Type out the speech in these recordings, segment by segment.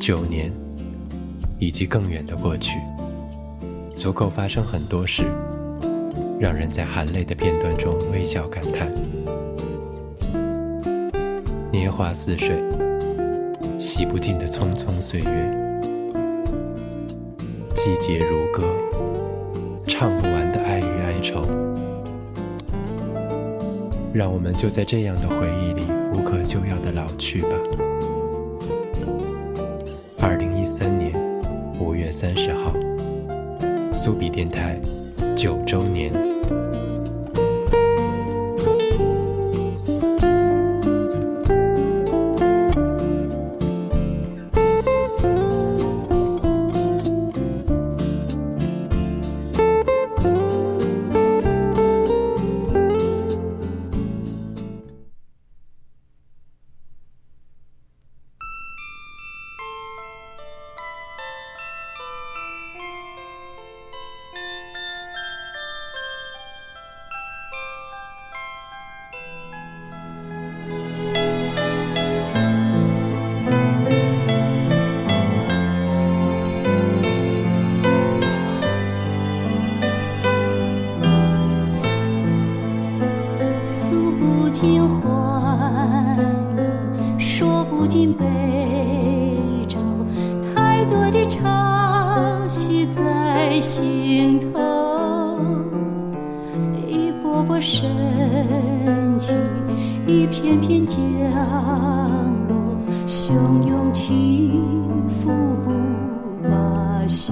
9年以及更远的过去，足够发生很多事，让人在含泪的片段中微笑感叹。年华似水，洗不尽的匆匆岁月，季节如歌，唱不完的爱与哀愁，让我们就在这样的回忆里无可救药的老去吧。2013年5月30号，苏比电台9周年。 一片片降落，汹涌起伏不罢休。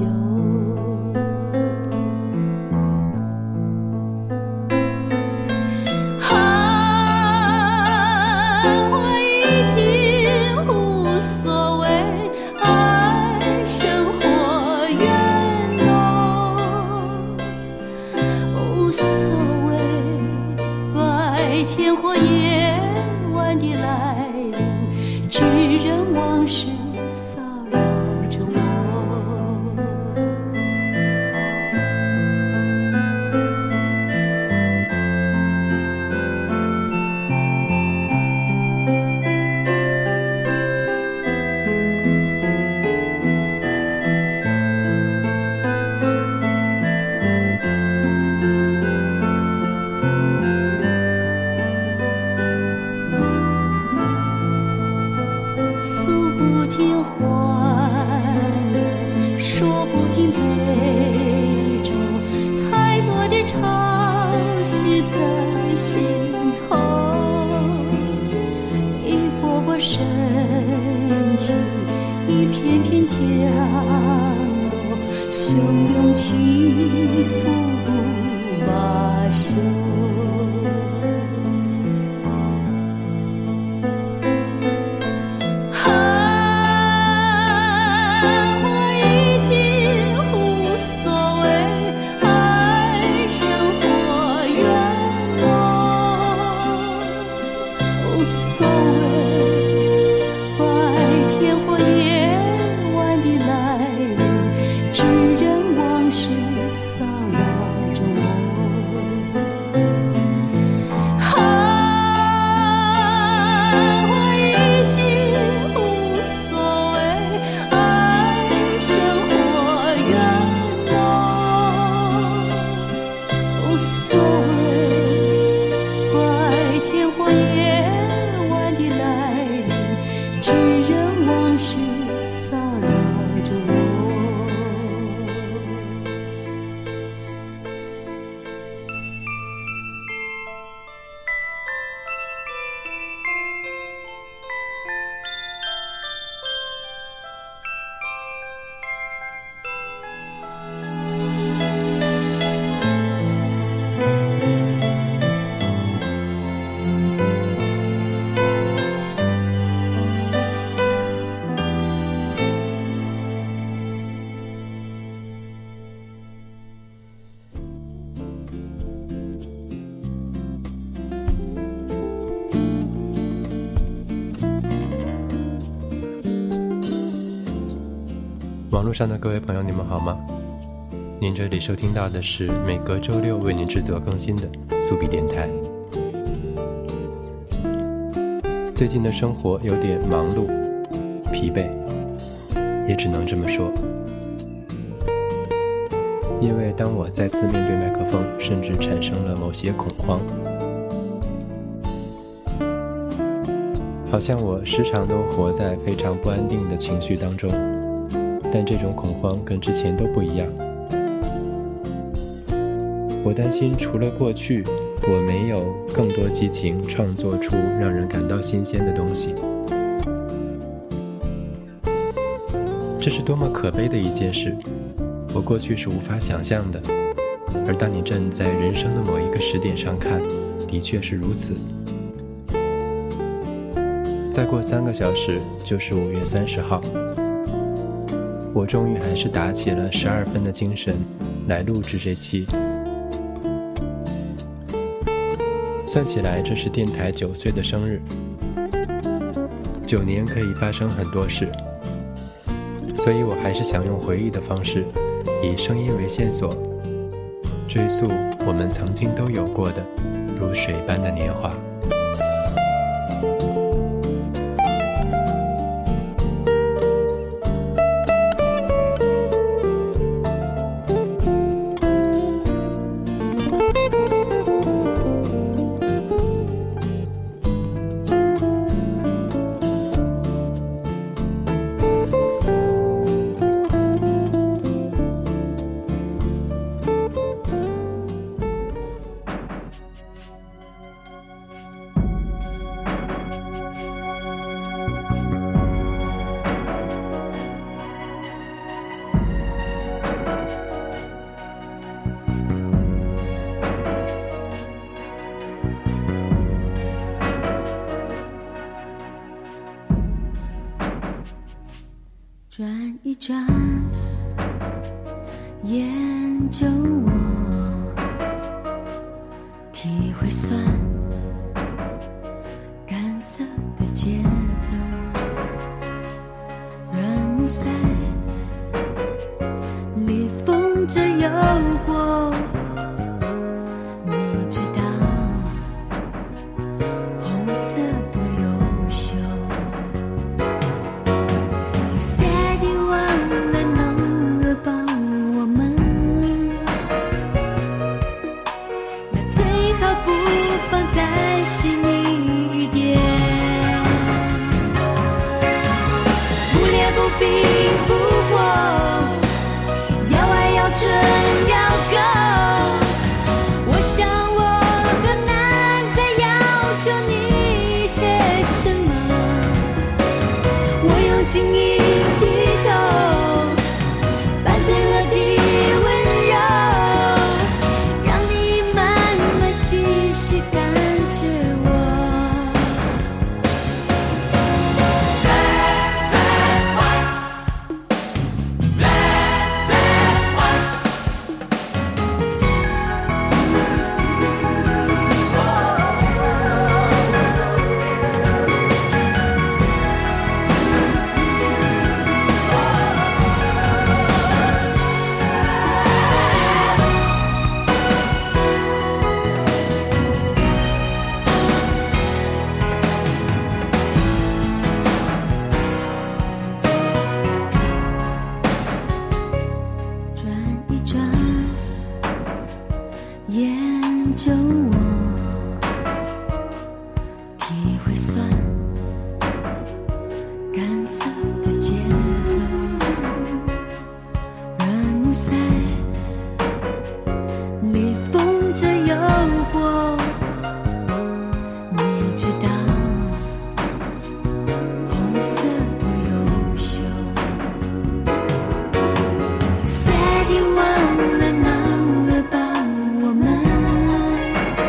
我已经无所谓，爱生活缘浓，无所谓白天或夜晚的来临，只任往事骚扰着我。诉不尽欢乐，说不尽悲愁，太多的潮汐在心头，一波波深情，一片片降落，汹涌起伏不罢休。无所谓白天或夜晚的来临，只任往事骚扰着我。我已经无所谓，爱生活缘浓，无所谓白天或夜网络上的各位朋友，你们好吗？您这里收听到的是每隔周六为您制作更新的苏比电台。最近的生活有点忙碌、疲惫， 也只能这么说。因为当我再次面对麦克风，甚至产生了某些恐慌，好像我时常都活在非常不安定的情绪当中，但这种恐慌跟之前都不一样。我担心除了过去，我没有更多激情创作出让人感到新鲜的东西。这是多么可悲的一件事，我过去是无法想象的，而当你站在人生的某一个时点上看，的确是如此。再过3个小时就是5月30号，我终于还是打起了12分的精神来录制这期。算起来这是电台9岁的生日，9年可以发生很多事，所以我还是想用回忆的方式，以声音为线索，追溯我们曾经都有过的如水般的年华。 转一转，研究我，体会酸干涩的节奏，软塞里缝着诱惑，你知道红色多优秀。不冰不火，要爱要真要够，我想我更难再要求你些什么，我用情意低头，伴随了的温柔，让你慢慢细细感觉我。研究我，体会酸干涩的节奏，软木塞里缝着诱惑，你知道红色多优秀。You said you wanna know about我们。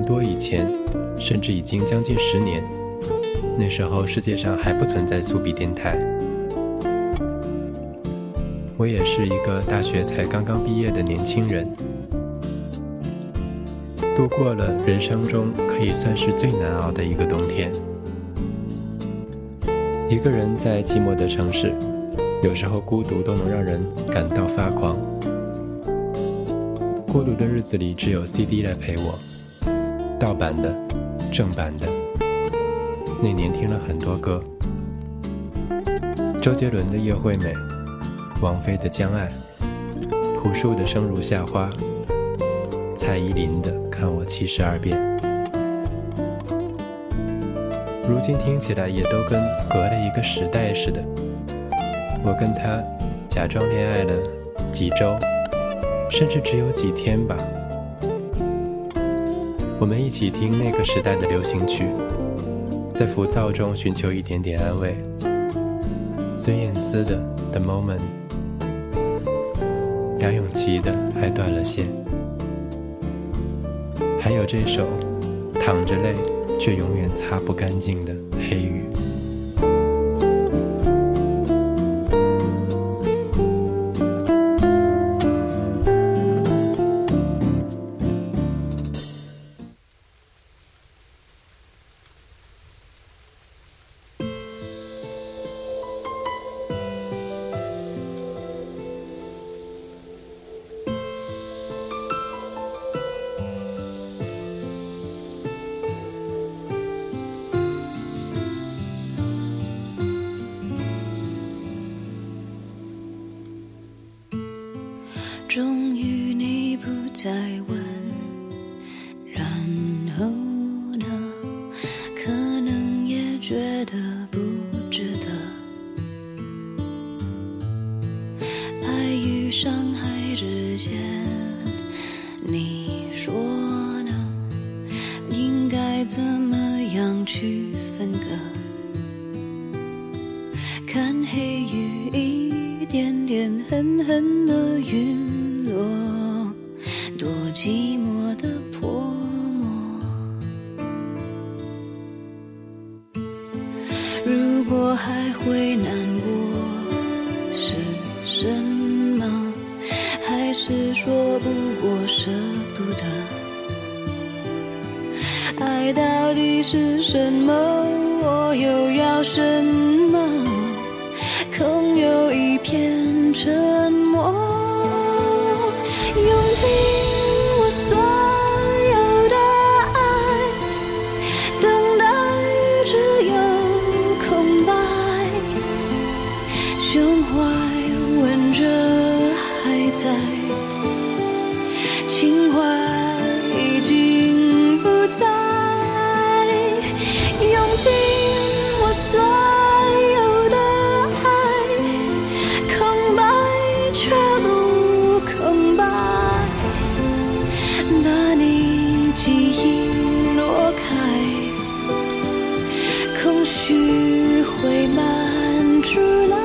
多以前，甚至已经将近10年，那时候世界上还不存在速笔电台。我也是一个大学才刚刚毕业的年轻人，度过了人生中可以算是最难熬的一个冬天。一个人在寂寞的城市，有时候孤独都能让人感到发狂。孤独的日子里只有 CD 来陪我，盗版的、正版的。那年听了很多歌，周杰伦的《叶惠美》，王菲的《将爱》，朴树的《生如夏花》，蔡依林的《看我72遍》。如今听起来也都跟隔了一个时代似的。我跟他假装恋爱了几周，甚至只有几天吧。我们一起听那个时代的流行曲，在浮躁中寻求一点点安慰。孙燕姿的《The Moment》，梁咏琪的《还断了线》，还有这首淌着泪却永远擦不干净的黑雨。 终于你不再问，然后呢？可能也觉得不值得。爱与伤害之间，你说呢？应该怎么样去分割？看黑雨一点点狠狠的晕落，多寂寞的泼墨。如果还会难过是什么？还是说不过舍不得？爱到底是什么？我又要什么？空有一片沉默，用尽我所有的爱，等待只有空白，胸怀温热还在，情怀已经不在，用尽我所有的空白却不空白，把你记忆挪开，空虚会漫出来。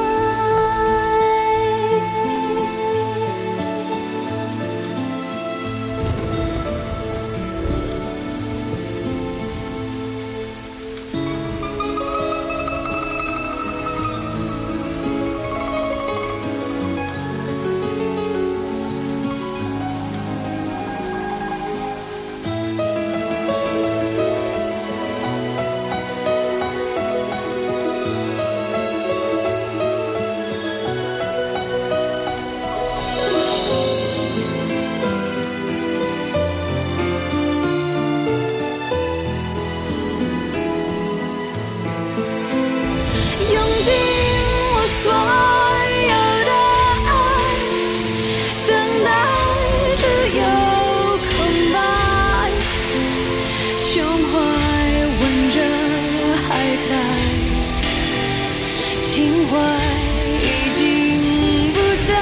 情怀已经不在，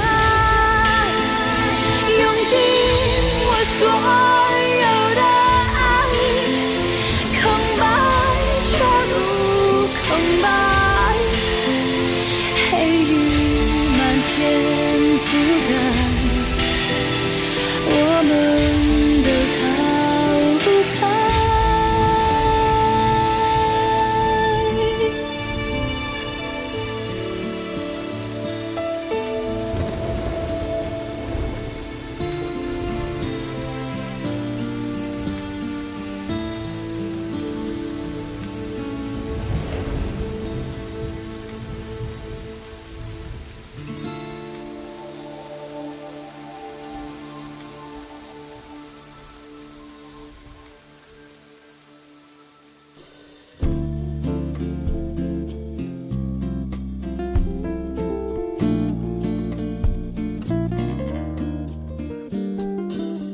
用尽我所有的爱，空白却不空白，黑雨满天覆盖，我们都逃不开。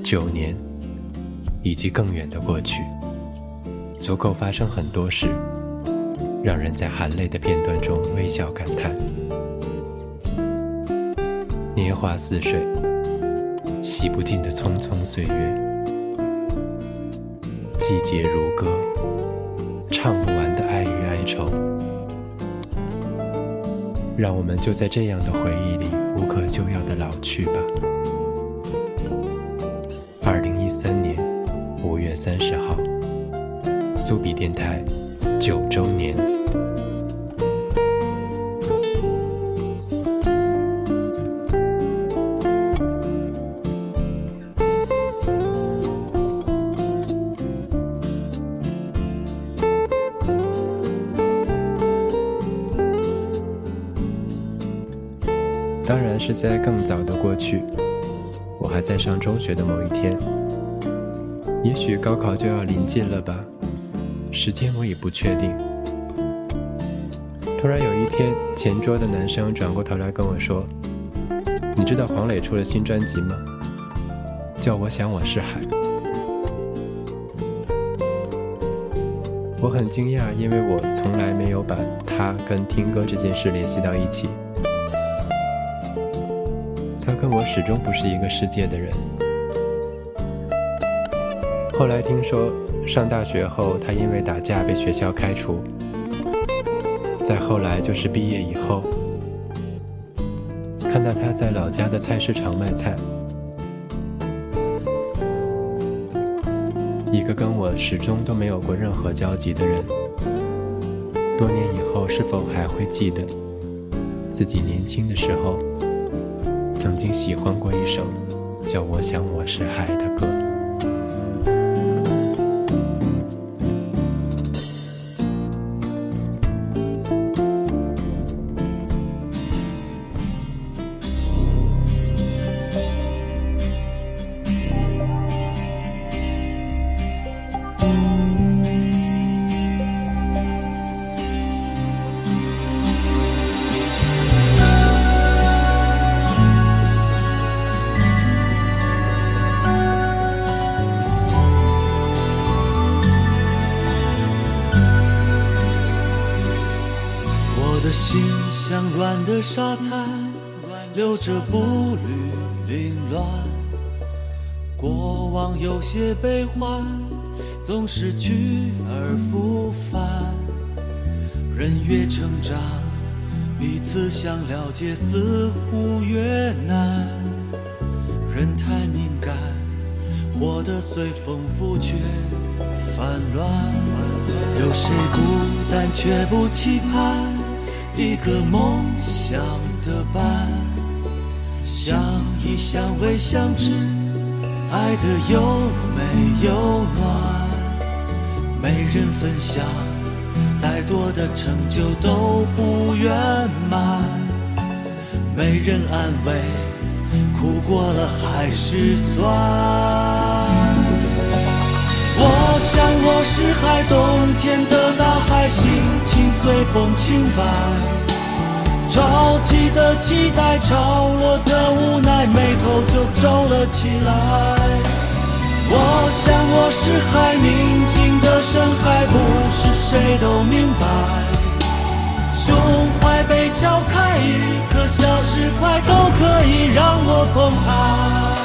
9年以及更远的过去，足够发生很多事，让人在含泪的片段中微笑感叹。年华似水，洗不尽的匆匆岁月，季节如歌，唱不完的爱与哀愁，让我们就在这样的回忆里无可救药的老去吧。2013年5月30号，苏比电台9周年。当然是在更早的过去，我还在上中学的某一天，也许高考就要临近了吧，时间我也不确定。突然有一天，前桌的男生转过头来跟我说：“你知道黄磊出了新专辑吗？叫我想我是海。”我很惊讶，因为我从来没有把他跟听歌这件事联系到一起。他跟我始终不是一个世界的人。后来听说上大学后，他因为打架被学校开除。再后来就是毕业以后，看到他在老家的菜市场卖菜，一个跟我始终都没有过任何交集的人，多年以后是否还会记得自己年轻的时候曾经喜欢过一首叫《我想我是海》的歌。 心像软的沙滩，留着步履凌乱，过往有些悲欢，总是去而复返。人越成长，彼此想了解似乎越难。人太敏感，活得随风浮却烦乱。有谁孤单却不期盼一个梦想的伴，相依相偎相知，爱得又美又暖。没人分享，再多的成就都不圆满。没人安慰，苦过了还是酸。我想我是海，冬天的大海，心情随风轻摆。潮起的期待，潮落的无奈，眉头就皱了起来。我想我是海，宁静的深海，不是谁都明白。胸怀被敲开，一颗小石块都可以让我澎湃。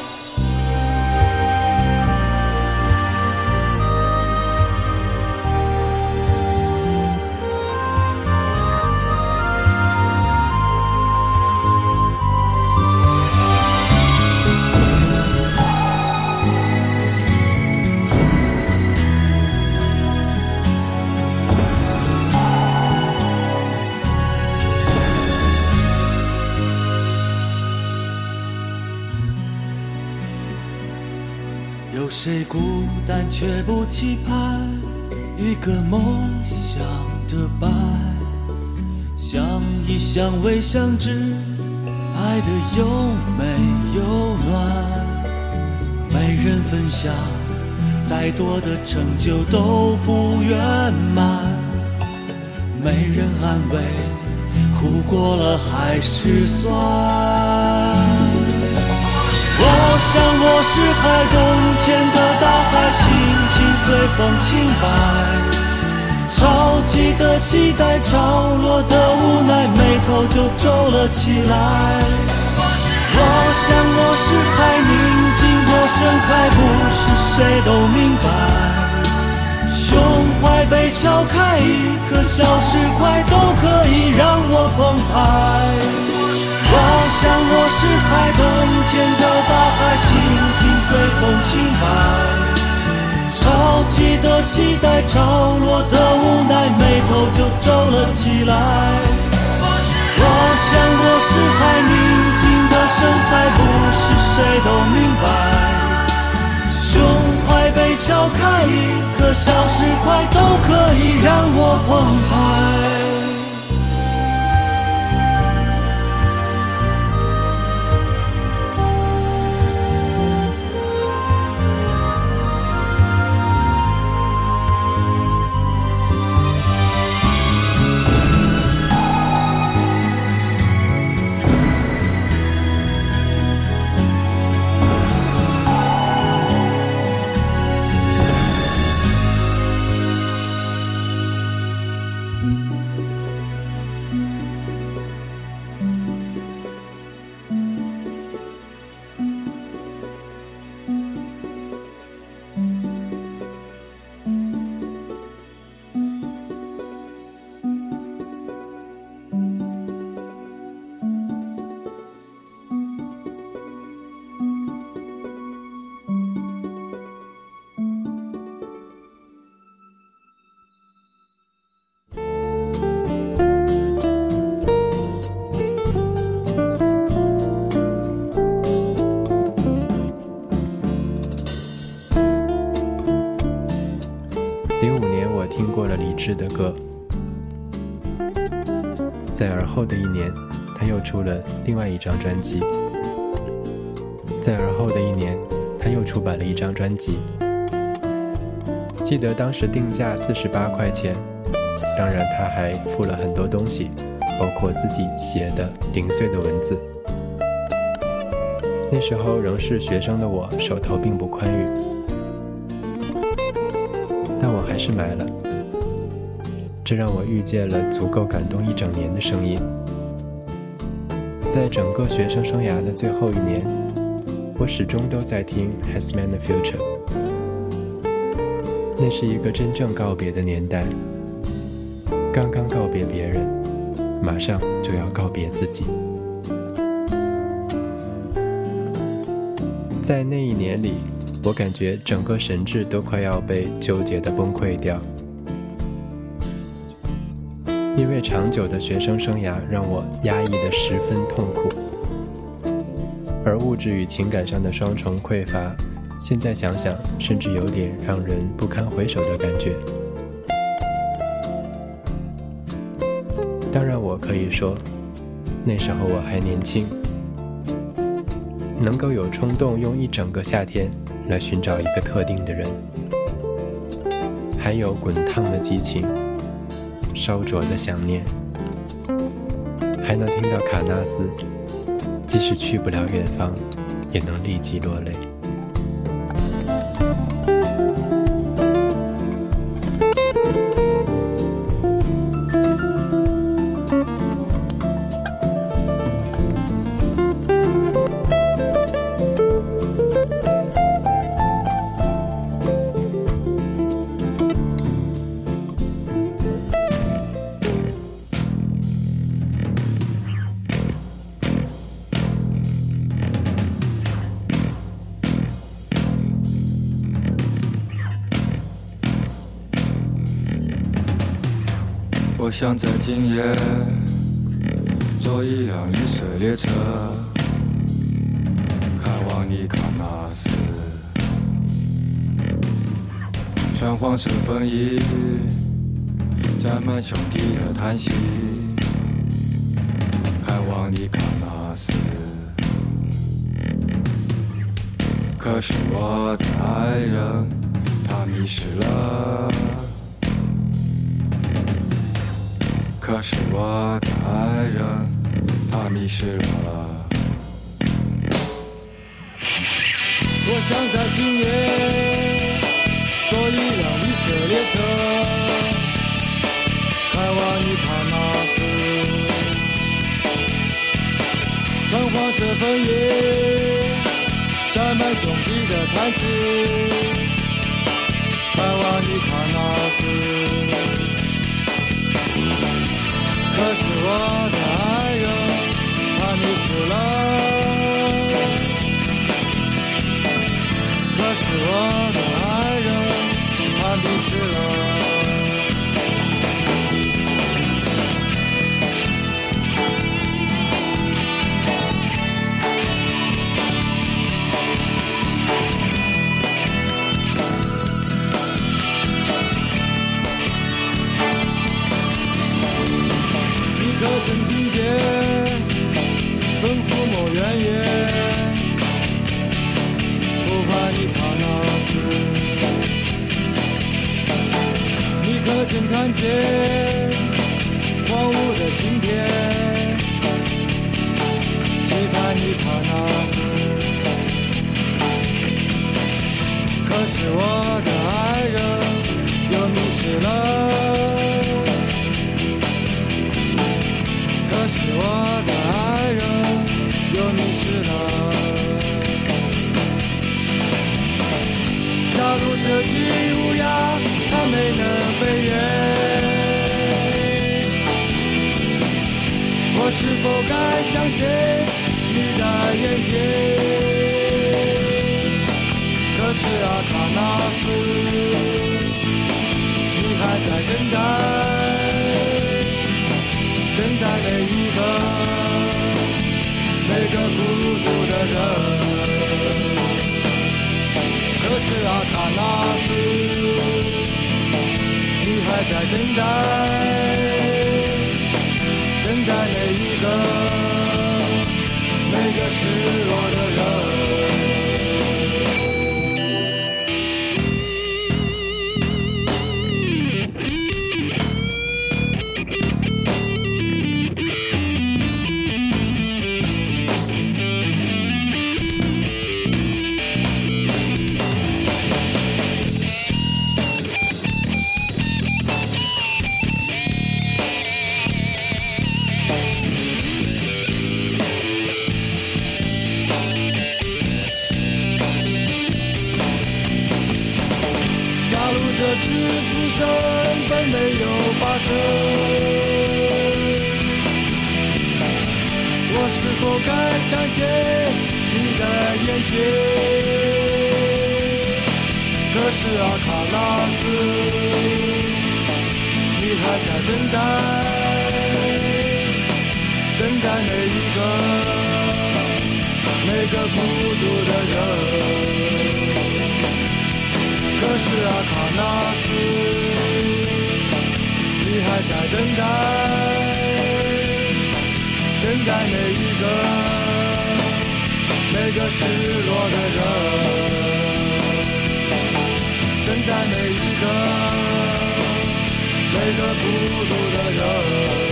有谁孤单却不期盼一个梦想的伴，相依相偎相知，爱得又美又暖。没人分享，再多的成就都不圆满。没人安慰，苦过了还是酸。我想我是海，冬天的大海，心情随风轻摆。潮起的期待，潮落的无奈，眉头就皱了起来。我想我是海，宁静多深海，不是谁都明白。胸怀被敲开，一颗小石块都可以让我澎湃。我想我是海，冬天的大海，心情随风轻摆。潮起的期待，潮落的无奈，眉头就皱了起来。我想我是海，宁静的深海，不是谁都明白。胸怀被敲开，一颗小石块都可以让我澎湃。 05年我听过了李志的歌，在而后的一年他又出了另外一张专辑，在而后的一年他又出版了一张专辑，记得当时定价48块钱，当然他还附了很多东西，包括自己写的零碎的文字。那时候仍是学生的我手头并不宽裕，但我还是买了，这让我遇见了足够感动一整年的声音。在整个学生生涯的最后一年，我始终都在听 Has Man the Future。 那是一个真正告别的年代，刚刚告别别人，马上就要告别自己。在那一年里，我感觉整个神智都快要被纠结的崩溃掉，因为长久的学生生涯让我压抑得十分痛苦，而物质与情感上的双重匮乏，现在想想甚至有点让人不堪回首的感觉。当然我可以说，那时候我还年轻，能够有冲动用一整个夏天来寻找一个特定的人，还有滚烫的激情，烧灼的想念，还能听到卡纳斯，即使去不了远方，也能立即落泪。 我想在今夜坐一辆绿色列车，开往尼卡纳斯，穿黄色风衣，沾满兄弟的叹息，开往尼卡纳斯。可是我的爱人，他迷失了。可是我的爱人，他迷失了。 我想在今夜坐一辆绿色列车，开往你喀纳斯。穿黄色枫叶沾满兄弟的开始，开往你喀纳斯。可是我的爱人他迷失了，可是我的爱人他迷失了。可曾听见吩咐某原野呼唤你喀纳斯？你可曾看见荒芜的晴天期盼你喀纳斯？可是我的爱人又迷失了，可是我的爱人又迷失了。假如这只乌鸦它没能飞远，我是否该相信你的眼睛？可是啊，喀纳斯，你还在等待，等待每个孤独的人。可是啊，喀纳斯，你还在等待每个失落的人。这次出生本没有发生，我是否该相信你的眼睛？可是啊，喀纳斯，你还在等待每个孤独的人。可是啊，喀纳斯，你还在等待每个失落的人，等待每个孤独的人，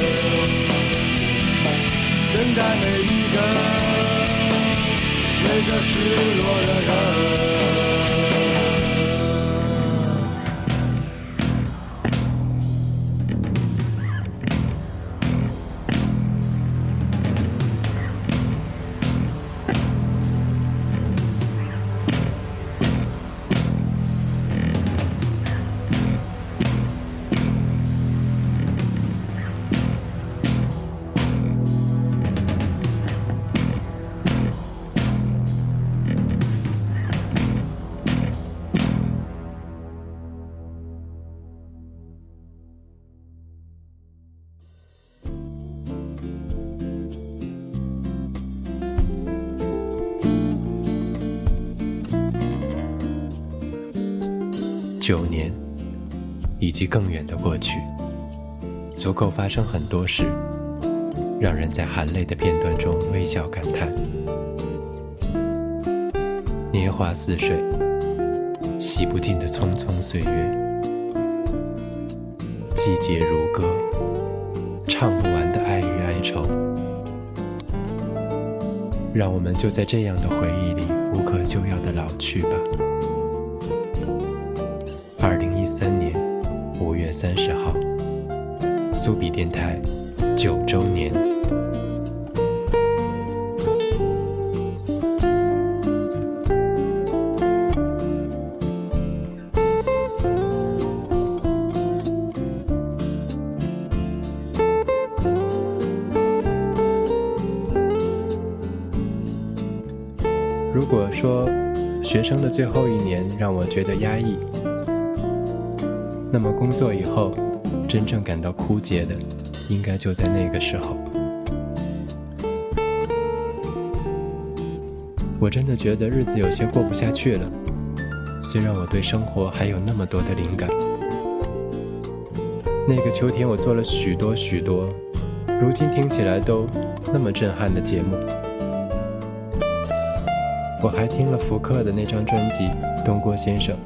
等待每个失落的人。 9年以及更远的过去，足够发生很多事，让人在含泪的片段中微笑感叹。年华似水，洗不尽的匆匆岁月，季节如歌，唱不完的爱与哀愁，让我们就在这样的回忆里无可救药的老去吧。2013年5月30号，苏比电台9周年。如果说学生的最后一年让我觉得压抑，那么工作以后真正感到枯竭的应该就在那个时候。我真的觉得日子有些过不下去了，虽然我对生活还有那么多的灵感。那个秋天我做了许多如今听起来都那么震撼的节目。我还听了福克的那张专辑《东郭先生》，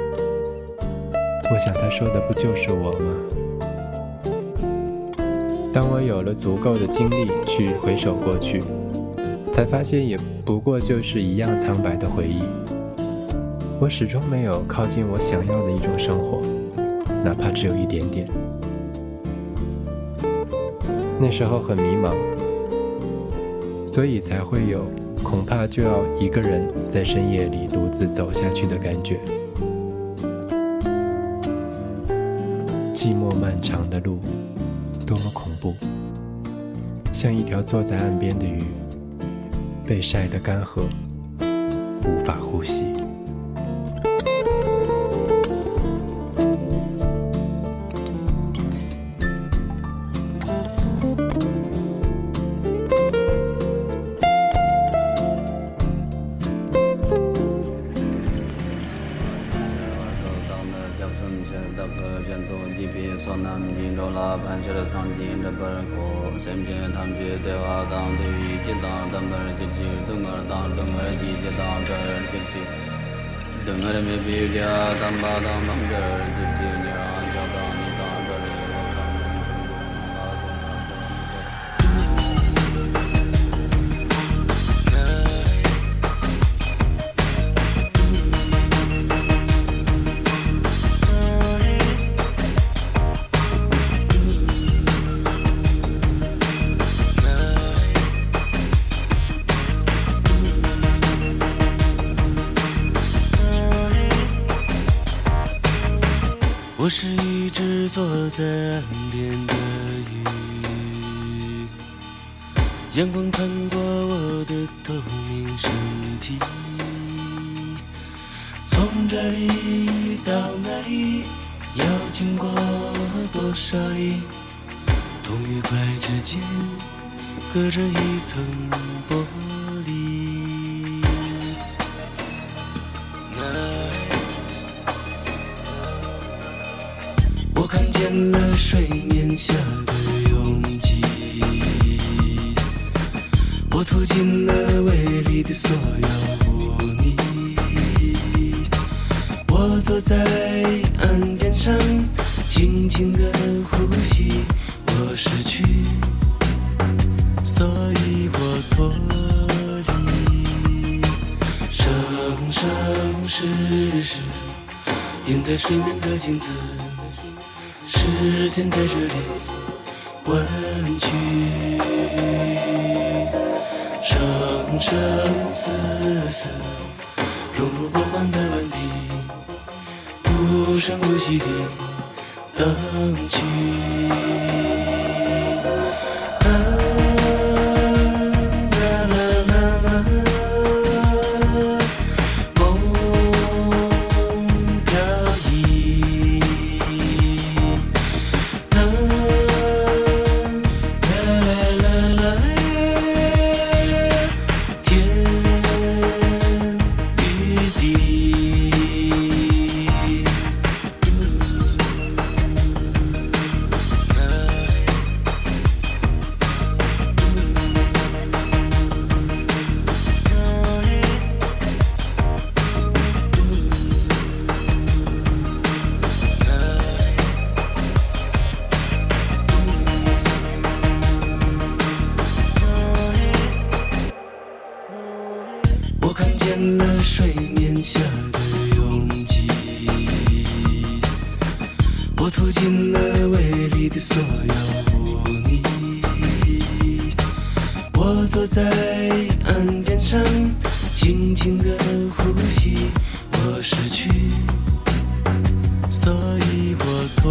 我想他说的不就是我吗？当我有了足够的精力去回首过去，才发现也不过就是一样苍白的回忆。我始终没有靠近我想要的一种生活，哪怕只有一点点。那时候很迷茫，所以才会有恐怕就要一个人在深夜里独自走下去的感觉。寂寞漫长的路，多么恐怖，像一条坐在岸边的鱼，被晒得干涸，无法呼吸。 我是一只坐在岸边的鱼，阳光穿过我的透明身体，从这里到那里要经过多少里，痛与快之间隔着一层玻璃。我看见了水面下的拥挤，我吐尽了胃里的所有污泥。我坐在岸边上，轻轻地呼吸。我失去，所以我脱离。生生世世，映在水面的镜子。时间在这里弯曲，生生死死融入波光的湾底，无声无息地荡去。 水面下的拥挤，我吐尽了胃里的所有污泥。我坐在岸边上，轻轻地呼吸。我失去，所以我脱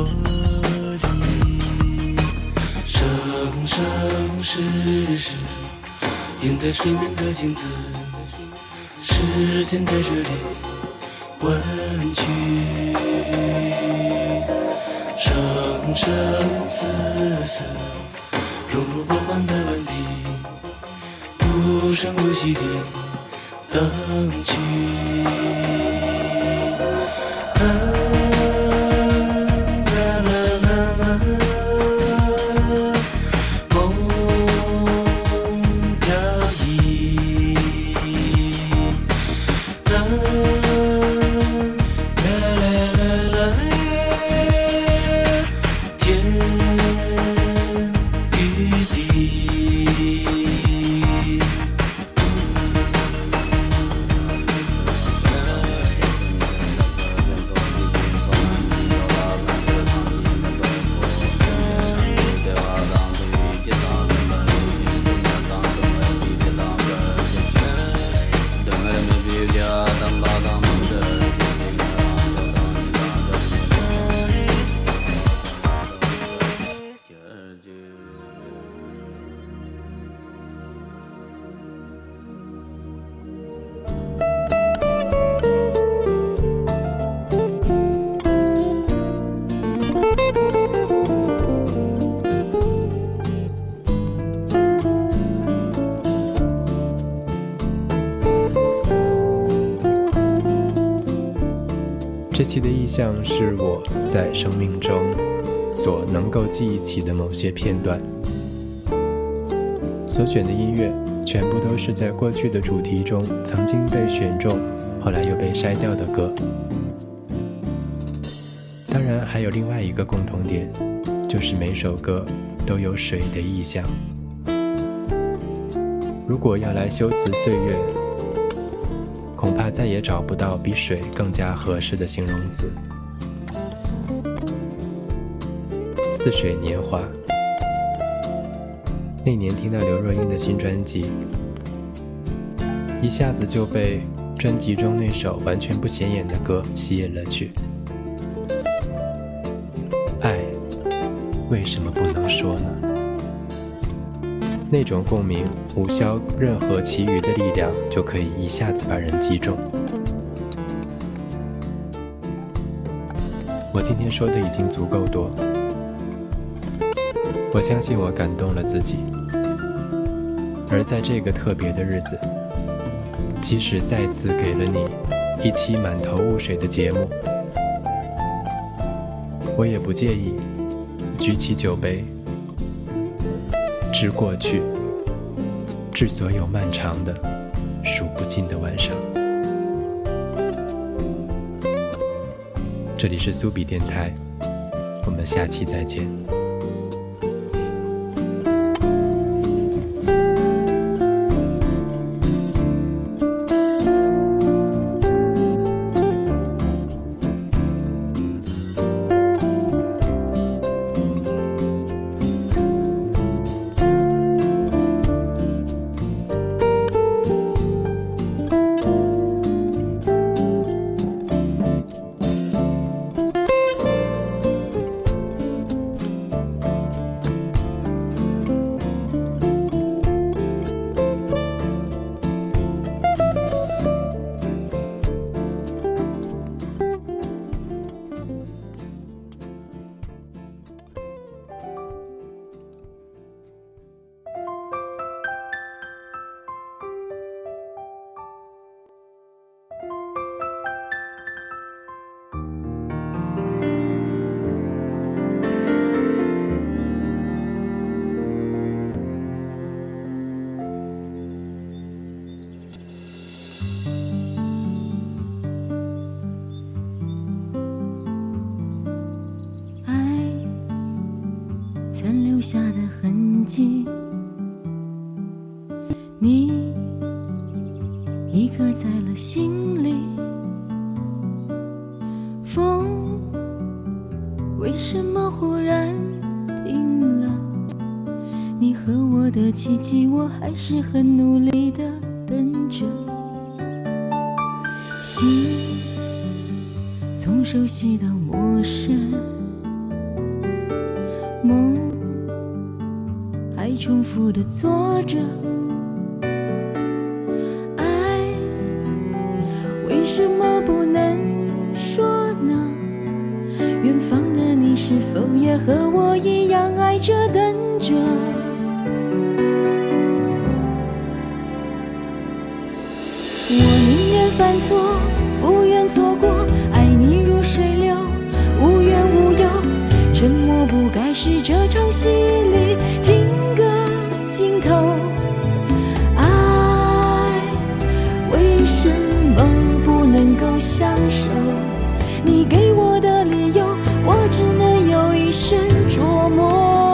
离。生生世世，映在水面的镜子，时间在这里弯曲。生生死死，融入波澜的碗底，无声无息地荡去。 这期的意象是我在生命中所能够记忆起的某些片段，所选的音乐全部都是在过去的主题中曾经被选中，后来又被筛掉的歌。当然还有另外一个共同点，就是每首歌都有水的意象。如果要来修辞岁月，恐怕再也找不到比水更加合适的形容词。似水年华，那年听到刘若英的新专辑，一下子就被专辑中那首完全不显眼的歌吸引了去。爱为什么不能说呢？那种共鸣无消任何其余的力量，就可以一下子把人击中。我今天说的已经足够多，我相信我感动了自己。而在这个特别的日子，即使再次给了你一期满头雾水的节目，我也不介意举起酒杯，致过去，致所有漫长的数不尽的晚上。这里是苏比电台，我们下期再见。 的奇迹，我还是很努力的等着。心从熟悉到陌生，梦还重复的做着。爱为什么不能说呢？远方的你是否也和我一样爱着等着？我宁愿犯错，不愿错过，爱你如水流，无怨无忧。沉默不该是这场戏里听个尽头。爱为什么不能够相守？你给我的理由，我只能有一生琢磨。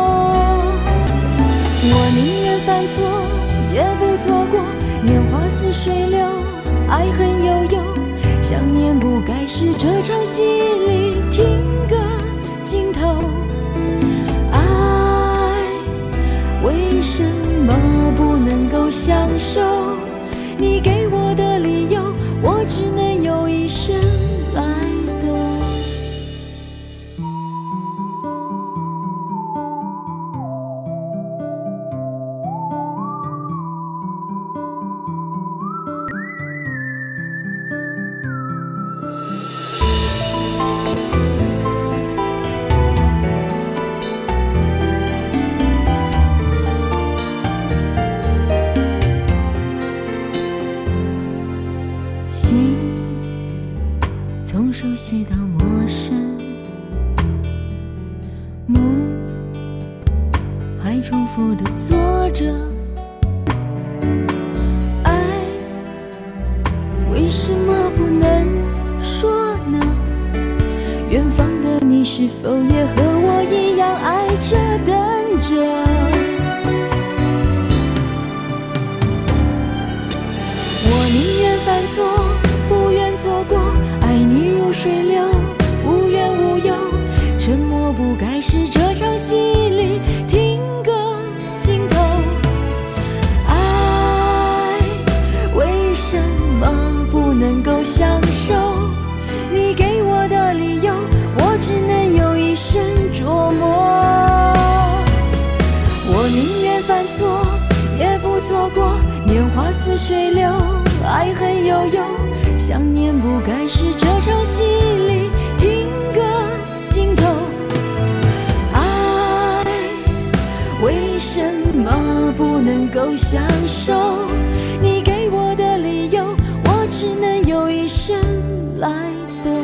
我宁愿犯错，也不错过。年华似水流，爱恨悠悠。想念不该是这场戏里听个尽头。爱为什么不能够相守？你给我的理由，我只能有一生来懂。心从熟悉到陌生，梦还重复的做着。爱为什么不能说呢？远方的你是否也和我一样爱着等着？我宁愿犯错，不愿错过，爱你如水流，无怨无忧。沉默不该是这场戏里听个尽头。爱为什么不能够相守？你给我的理由，我只能有一生琢磨。我宁愿犯错，也不错过。年华似水流，爱恨悠悠。想念不该是这场戏里听个尽头。爱为什么不能够相守？你给我的理由，我只能有一生来懂。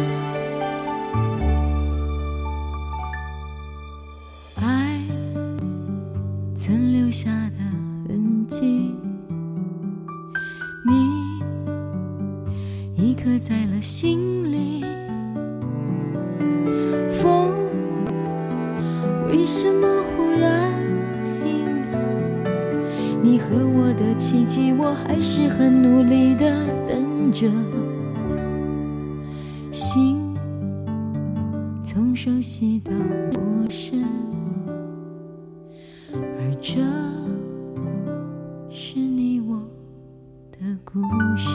爱曾留下的痕迹，你已刻在了心里。风为什么忽然停了？你和我的奇迹，我还是很努力的等着。心从熟悉到陌生，而这是你我的故事。